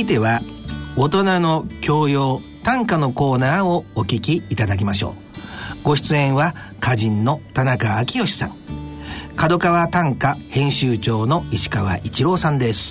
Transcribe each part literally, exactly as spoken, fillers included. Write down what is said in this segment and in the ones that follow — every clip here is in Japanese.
いては大人の教養短歌のコーナーをお聞きいただきましょう。ご出演は歌人の田中昭義さん、角川短歌編集長の石川一郎さんです。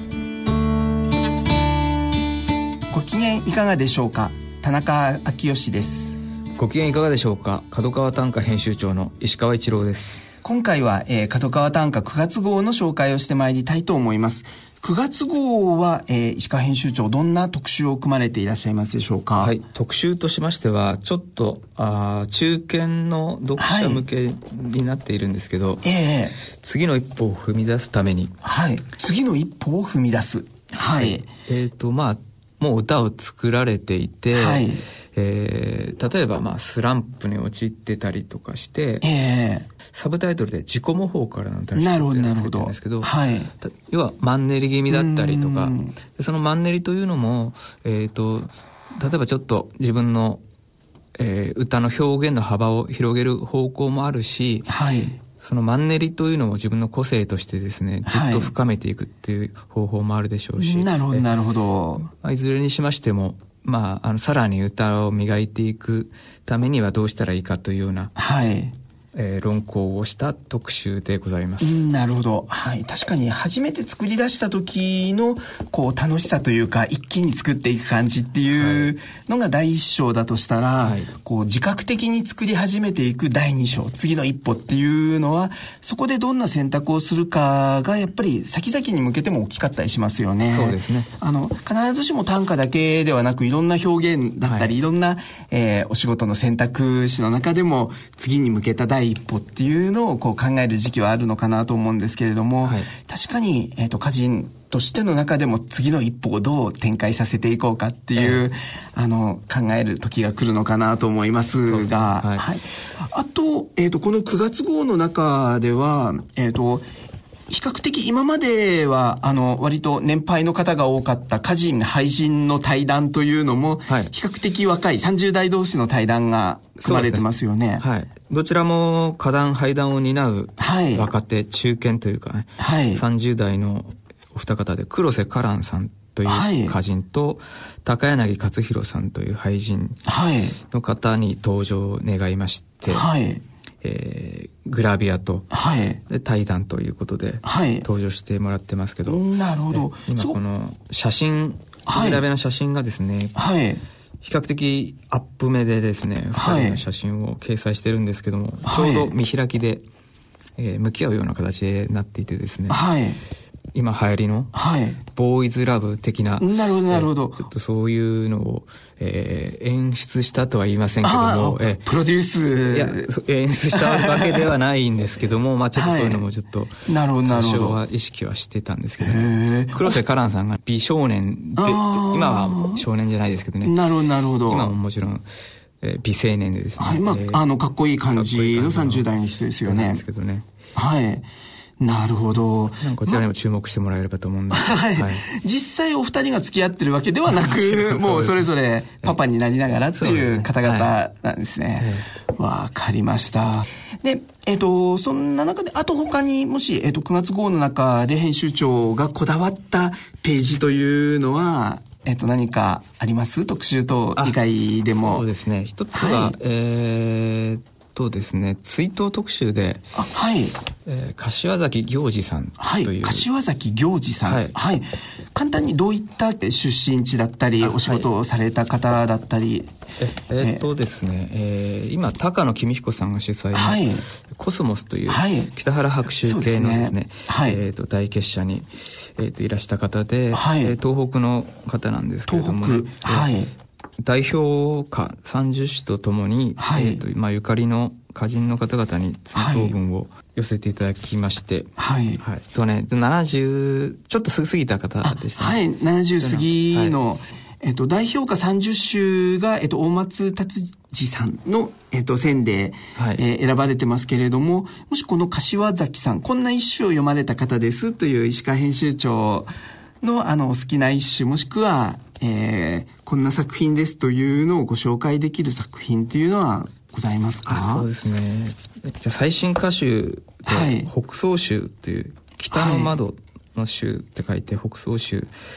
ご機嫌いかがでしょうか。田中昭義です。 ご機嫌いかがでしょうか。角川短歌編集長の石川一郎です。 今回は、えー、角川短歌くがつ号の紹介をしてまいりたいと思います。くがつ号は、えー、石川編集長、どんな特集を組まれていらっしゃいますでしょうか。 はい、特集としましてはちょっとあ中堅の読者向けになっているんですけど、はい、えー、次の一歩を踏み出すために、 はい、次の一歩を踏み出す、はい、 えーとまあもう歌を作られていて、はい、えー、例えばまあスランプに陥ってたりとかして、えー、サブタイトルで自己模倣からの歌を作ってるんですけど、はい、要はマンネリ気味だったりとか、でそのマンネリというのも、えーと、例えばちょっと自分の、えー、歌の表現の幅を広げる方向もあるし、はい、そのマンネリというのを自分の個性としてですね、ずっと深めていくっていう方法もあるでしょうし、 はい、なるほどなるほど、 まあ、いずれにしましても、まあ、あのさらに歌を磨いていくためにはどうしたらいいかというような、はい、えー、論考をした特集でございます。 うん、なるほど、はい、確かに初めて作り出した時のこう楽しさというか、一気に作っていく感じっていうのが第一章だとしたら、はい、こう自覚的に作り始めていく第二章、次の一歩っていうのは、そこでどんな選択をするかがやっぱり先々に向けても大きかったりしますよね。 そうですね。 あの必ずしも短歌だけではなく、いろんな表現だったり、はい、いろんな、えー、お仕事の選択肢の中でも次に向けた第一歩っていうのをこう考える時期はあるのかなと思うんですけれども、はい、確かに、えーと、歌人としての中でも次の一歩をどう展開させていこうかっていう、えー、あの考える時が来るのかなと思いますが、はいはい、あと、えーと、このくがつ号の中では、えーと比較的今まではあの割と年配の方が多かった歌人俳人の対談というのも、はい、比較的若いさんじゅう代同士の対談が組まれてますよね。 はい、どちらも歌談俳談を担う若手、はい、中堅というかね、はい、さんじゅう代のお二方で黒瀬花蘭さんという歌人と、はい、高柳勝弘さんという俳人の方に登場を願いまして、はい、えー、グラビアと、はい、で対談ということで、はい、登場してもらってますけど、 なるほど。 今この写真、グラビアの写真がですね、はい、比較的アップ目でですね、ふたりの写真を掲載してるんですけども、はい、ちょうど見開きで、えー、向き合うような形になっていてですね、はい、今流行りの、はい、ボーイズラブ的な、 なるほどなるほど、 ちょっとそういうのを、えー、演出したとは言いませんけども、 えー、プロデュース、 いや演出したわけではないんですけども、まあちょっとそういうのもちょっと、はい、なるほどなるほど、多少は意識はしてたんですけど、ね、黒瀬花蘭さんが美少年で、今は少年じゃないですけどね、 なるほどなるほど、 今ももちろん、えー、美青年でですね、 はい、まあ、えー、あのかっこいい感じのさんじゅう代の人ですよね。 なんですけどね、 はい、なるほど。 こちらにも注目してもらえればと思うんですけど、 はいはい、実際お二人が付き合ってるわけではなくもうそれぞれパパになりながらっていう方々なんですね。わ、はい、かりました。で、えっとそんな中であと他にもし、えっとくがつ号の中で編集長がこだわったページというのはえっと何かあります？特集等以外でも。 そうですね。一つは、はい、えーとですね、追悼特集で、あ、はい、えー、柏崎行司さんという、はい、 柏崎行司さん、はい、はい、簡単にどういった出身地だったりお仕事をされた方だったり、 ええー、っとですね、えー、今高野公彦さんが主催の、はい、コスモスという、はい、北原白秋系のですね、はい、えー、っと大結社に、えー、っといらした方で、はい、えー、東北の方なんですけれども、ね、 東北、はい、 代表歌さんじゅっしゅとともに、はい、えーとまあ、ゆかりの歌人の方々に追悼文を寄せていただきまして、はいはい、とね、ななじゅうちょっと過ぎた方でしたね。 はい、ななじゅう過ぎの、はい、えっと、代表歌さんじゅっしゅが、えっと、大松達治さんの、えっと、選で、はい、えー、選ばれてますけれども、もしこの柏崎さん、こんな一首を読まれた方ですという石川編集長のあのお好きな一首、もしくは、えー、こんな作品ですというのをご紹介できる作品というのはございますか？ あ、そうですね。じゃあ最新歌集で、はい、北総集という北の窓の集って書いて北総集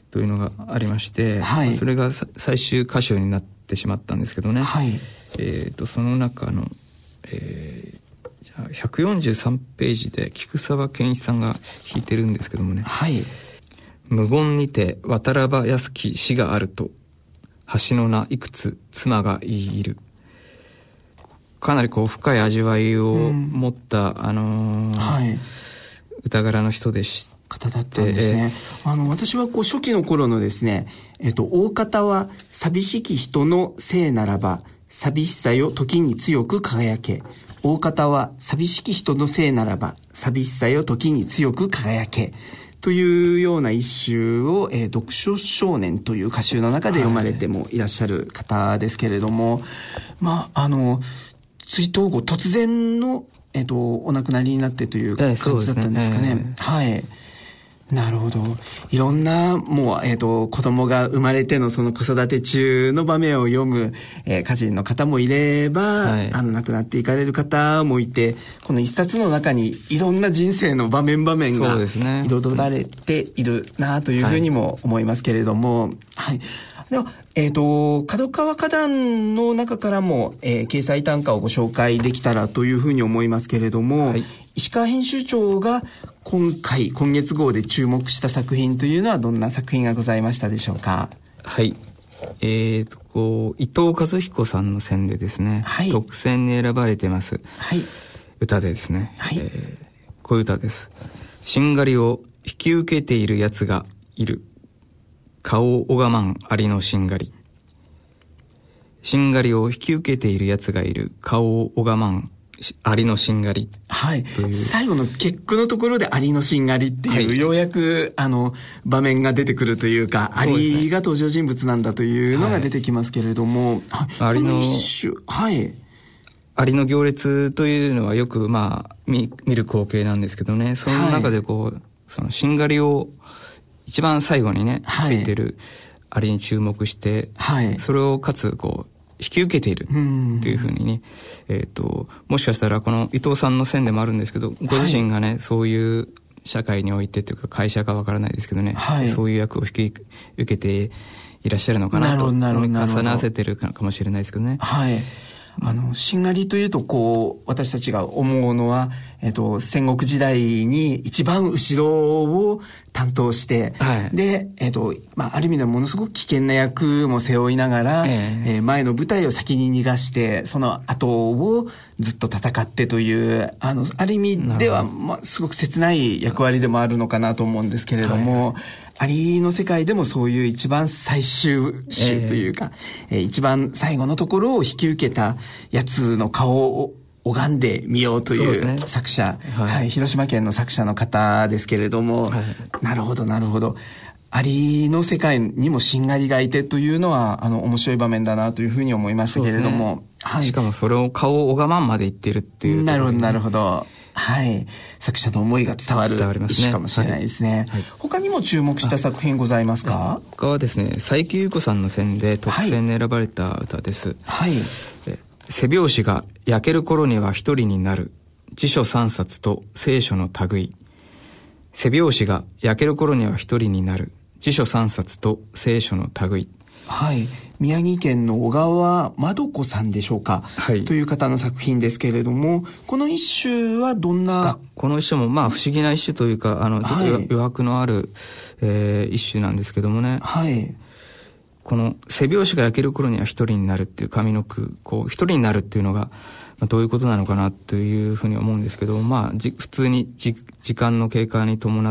というのがありまして、はい、それが最終歌集になってしまったんですけどね、はい、えー、とその中の、えー、じゃあひゃくよんじゅうさんページで菊沢健一さんが弾いてるんですけどもね、はい、無言にて渡らばやすき死があると橋の名いくつ妻がいる、かなりこう深い味わいを持った、うん、あのーはい、歌柄の人でした方だったんですね。えー、あの私はこう初期の頃のですね、えっと大方は寂しき人の生ならば寂しさよ時に強く輝け、大方は寂しき人の生ならば寂しさよ時に強く輝けというような一首を、えー、読書少年という歌集の中で読まれてもいらっしゃる方ですけれども、はい、まああの追悼後突然の、えー、とお亡くなりになってという感じだったんですかね。えー、ねえー、はい。なるほど。いろんな、もう、えっと、子供が生まれてのその子育て中の場面を読む、えー、歌人の方もいれば、はい、あの、亡くなっていかれる方もいて、この一冊の中にいろんな人生の場面場面が彩られているなというふうにも思いますけれども、はい。はい、では、えっと、角川歌壇の中からも、えー、掲載短歌をご紹介できたらというふうに思いますけれども、はい、石川編集長が今回今月号で注目した作品というのはどんな作品がございましたでしょうか。 はい、えーとこう伊藤和彦さんの選でですね、はい、特選に選ばれてます、はい、歌でですね、はい、えー、こういう歌です。しんがりを引き受けているやつがいる、顔を拝まんありのしんがり。しんがりを引き受けているやつがいる、顔を拝まんありのしんがり。 はい。最後の結句のところでありのしんがりっていう、はい、ようやくあの場面が出てくるというか、ありが登場人物なんだというのが出てきますけれども、はい、ありの一首、はい。 ありの行列というのはよくまあ 見, 見る光景なんですけどね、その中でこう、はい、そのしんがりを一番最後にね、はい、ついてるありに注目して、はい、それをかつこう引き受けているっていうふうにね、えっと、もしかしたらこの伊藤さんの線でもあるんですけど、ご自身がね、はい、そういう社会においてというか会社かわからないですけどね、はい、そういう役を引き受けていらっしゃるのかなと、重ね合わせてるかもしれないですけどね。 はい。あの、しんがりというと、こう、私たちが思うのは、えっと、戦国時代に一番後ろを担当して、はい、で、えっと、まあ、ある意味ではものすごく危険な役も背負いながら、えーえー、前の部隊を先に逃がして、その後をずっと戦ってという、あの、ある意味では、まあ、すごく切ない役割でもあるのかなと思うんですけれども、はい、アリの世界でもそういう一番最終種というか、えーえー、一番最後のところを引き受けたやつの顔を拝んでみようという作者、はいはい、広島県の作者の方ですけれども、はい、なるほどなるほど。アリの世界にもしんがりがいてというのはあの面白い場面だなというふうに思いましたけれども、ね、 はい、しかもそれを顔を拝まんまで言ってるっていう、ね、 なるほどなるほど。はい、作者の思いが伝わる一首かもしれないですね。はいはい、他にも注目した作品ございますか？ 他はですね、佐伯優子さんの選で特選に選ばれた歌です。はい。え背拍子が焼ける頃には一人になる、辞書三冊と聖書の類。背拍子が焼ける頃には一人になる、辞書三冊と聖書の類。 はい、宮城県の小川まどこさんでしょうか、はい、という方の作品ですけれども、この一首はどんな？ この一首もまあ不思議な一首というか、あのちょっと余白のある、はい、えー、一首なんですけどもね、はい、この背拍子が焼ける頃には一人になるっていう上の句、こう一人になるっていうのが、まあ、どういうことなのかなというふうに思うんですけど、まあじ普通にじ時間の経過に伴って、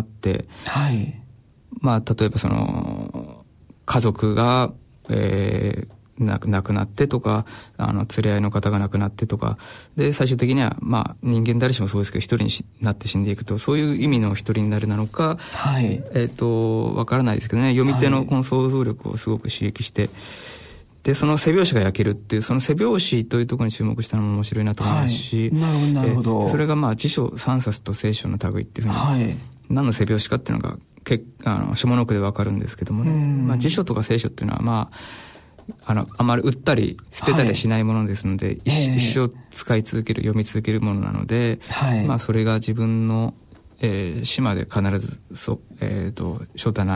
はい、まあ例えばその家族がえー、亡, 亡くなってとか、あの連れ合いの方が亡くなってとかで、最終的にはまあ人間誰しもそうですけど一人になって死んでいくと、そういう意味の一人になるなのか、はい、えっ、ー、とわからないですけどね、読み手のこの想像力をすごく刺激して、はい、でその背拍子が焼けるっていうその背拍子というところに注目したのも面白いなと思いますし、 はい、なるほどなるほど、 それがまあ辞書三冊と聖書の類っていうふうに、はい、何の背拍子かっていうのがけあの下の句でわかるんですけどもね、まあ、辞書とか聖書っていうのはまああのあまり売ったり捨てたりしないものですので、はい、一, 一生使い続ける読み続けるものなので、はい、まあそれが自分の、えー、死まで必ずそ、えー、と初太な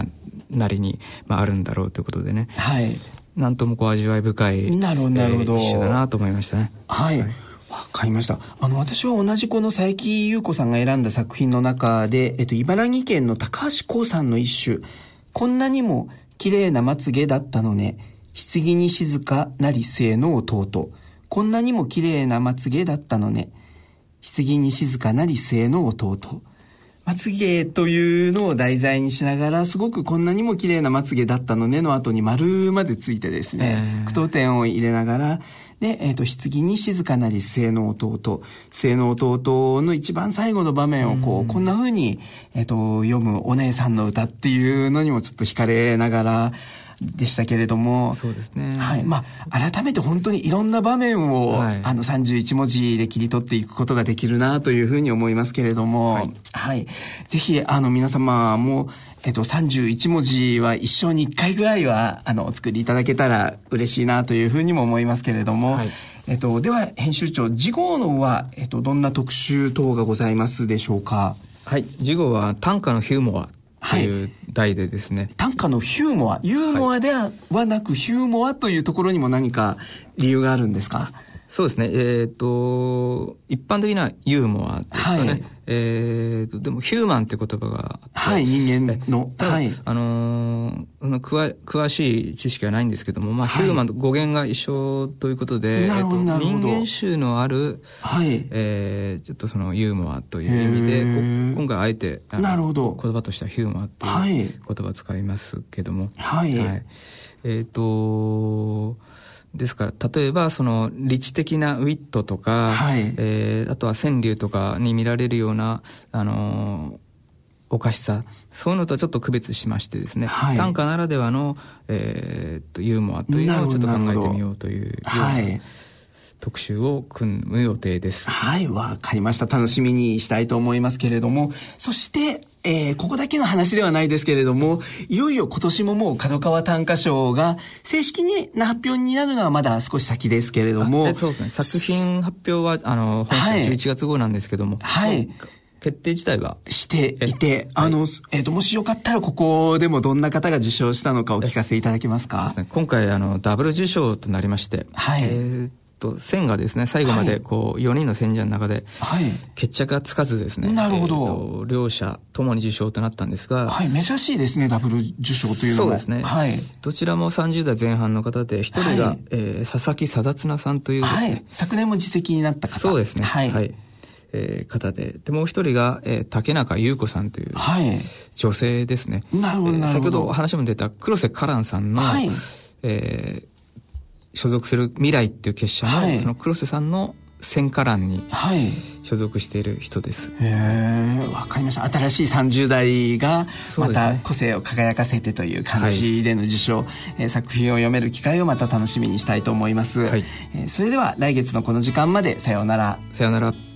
なりに、まあ、あるんだろうということでね、 はい、 なんともこう味わい深いなるほどなるほど、 えー、一種だなと思いましたね。 はい、はい、わかりました。あの私は同じこの佐伯優子さんが選んだ作品の中で、えっと、茨城県の高橋光さんの一首、こんなにも綺麗なまつげだったのね、棺に静かなり末の弟、こんなにも綺麗なまつげだったのね、棺に静かなり末の弟、まつげというのを題材にしながら、すごくこんなにも綺麗なまつげだったのねの後に丸までついてですね、句読点を入れながら、で、えっと、棺に静かなり末の弟、末の弟の一番最後の場面をこう、こんな風に、えっと、読むお姉さんの歌っていうのにもちょっと惹かれながらでしたけれども、 そうですね。 はい。まあ、改めて本当にいろんな場面を、はい、あの、さんじゅういち文字で切り取っていくことができるなというふうに思いますけれども、はい。はい、ぜひ、あの、皆様も、えっと、さんじゅういち文字は一生にいっかいぐらいは、あの、お作りいただけたら嬉しいなというふうにも思いますけれども、はい、えっと、では、編集長、次号のは、えっと、どんな特集等がございますでしょうか？ はい。次号は、短歌のヒューモアという題でですね、はい、 短歌のヒューモア、ユーモアではなくヒューモアというところにも何か理由があるんですか？ そうですね。えっと、一般的なユーモアですかね。はい、えっと、でもヒューマンって言葉があって。 はい、人間の。はい。 あのー、詳、詳しい知識はないんですけども、まあ、はい、ヒューマンと語源が一緒ということで、 なるほど、なるほど。 人間臭のある、はい。えー、ちょっとそのユーモアという意味で、今回あえて、 なるほど。 言葉としてはヒューモアっていう言葉を使いますけども。 はい。はい、 えっと、ですから例えばその理知的なウィットとか、はい、えー、あとは川柳とかに見られるようなあのー、おかしさ、そういうのとはちょっと区別しましてですね、はい、短歌ならではの、えー、っとユーモアというのをちょっと考えてみようというような、はい、特集を組む予定です。 はい、わかりました。楽しみにしたいと思いますけれども、そしてえー、ここだけの話ではないですけれども、いよいよ今年ももう角川短歌賞が正式にな発表になるのはまだ少し先ですけれども、 そうですね。作品発表はあの本社じゅういちがつ号なんですけども、はい。決定自体はしていて、あの、はい、えっと、もしよかったらここでもどんな方が受賞したのかお聞かせいただけますか？ そうですね。今回あのダブル受賞となりまして、はい。えーと選がですね、最後までこうよにんの選者の中で決着がつかずですね、はい、 なるほど、 えーと両者ともに受賞となったんですが、 はい、珍しいですね、ダブル受賞というのも。 そうですね、はい、どちらもさんじゅう代前半の方で、一人が、はい、えー、佐々木貞綱さんというですね、はい、 昨年も実績になった方。 そうですね、はい、はい、えー、方で、でもう一人が、えー、竹中優子さんという女性ですね。 はい、なるほど、なるほど。 先ほど話も出た黒瀬カランさんの、はい、えー所属する未来っていう結社の、はい、その黒瀬さんの選歌欄に所属している人です。 はい、へー、わかりました。新しいさんじゅう代がまた個性を輝かせてという感じでの受賞、はい、えー、作品を読める機会をまた楽しみにしたいと思います。はい、えー、それでは来月のこの時間までさようなら。 さようなら。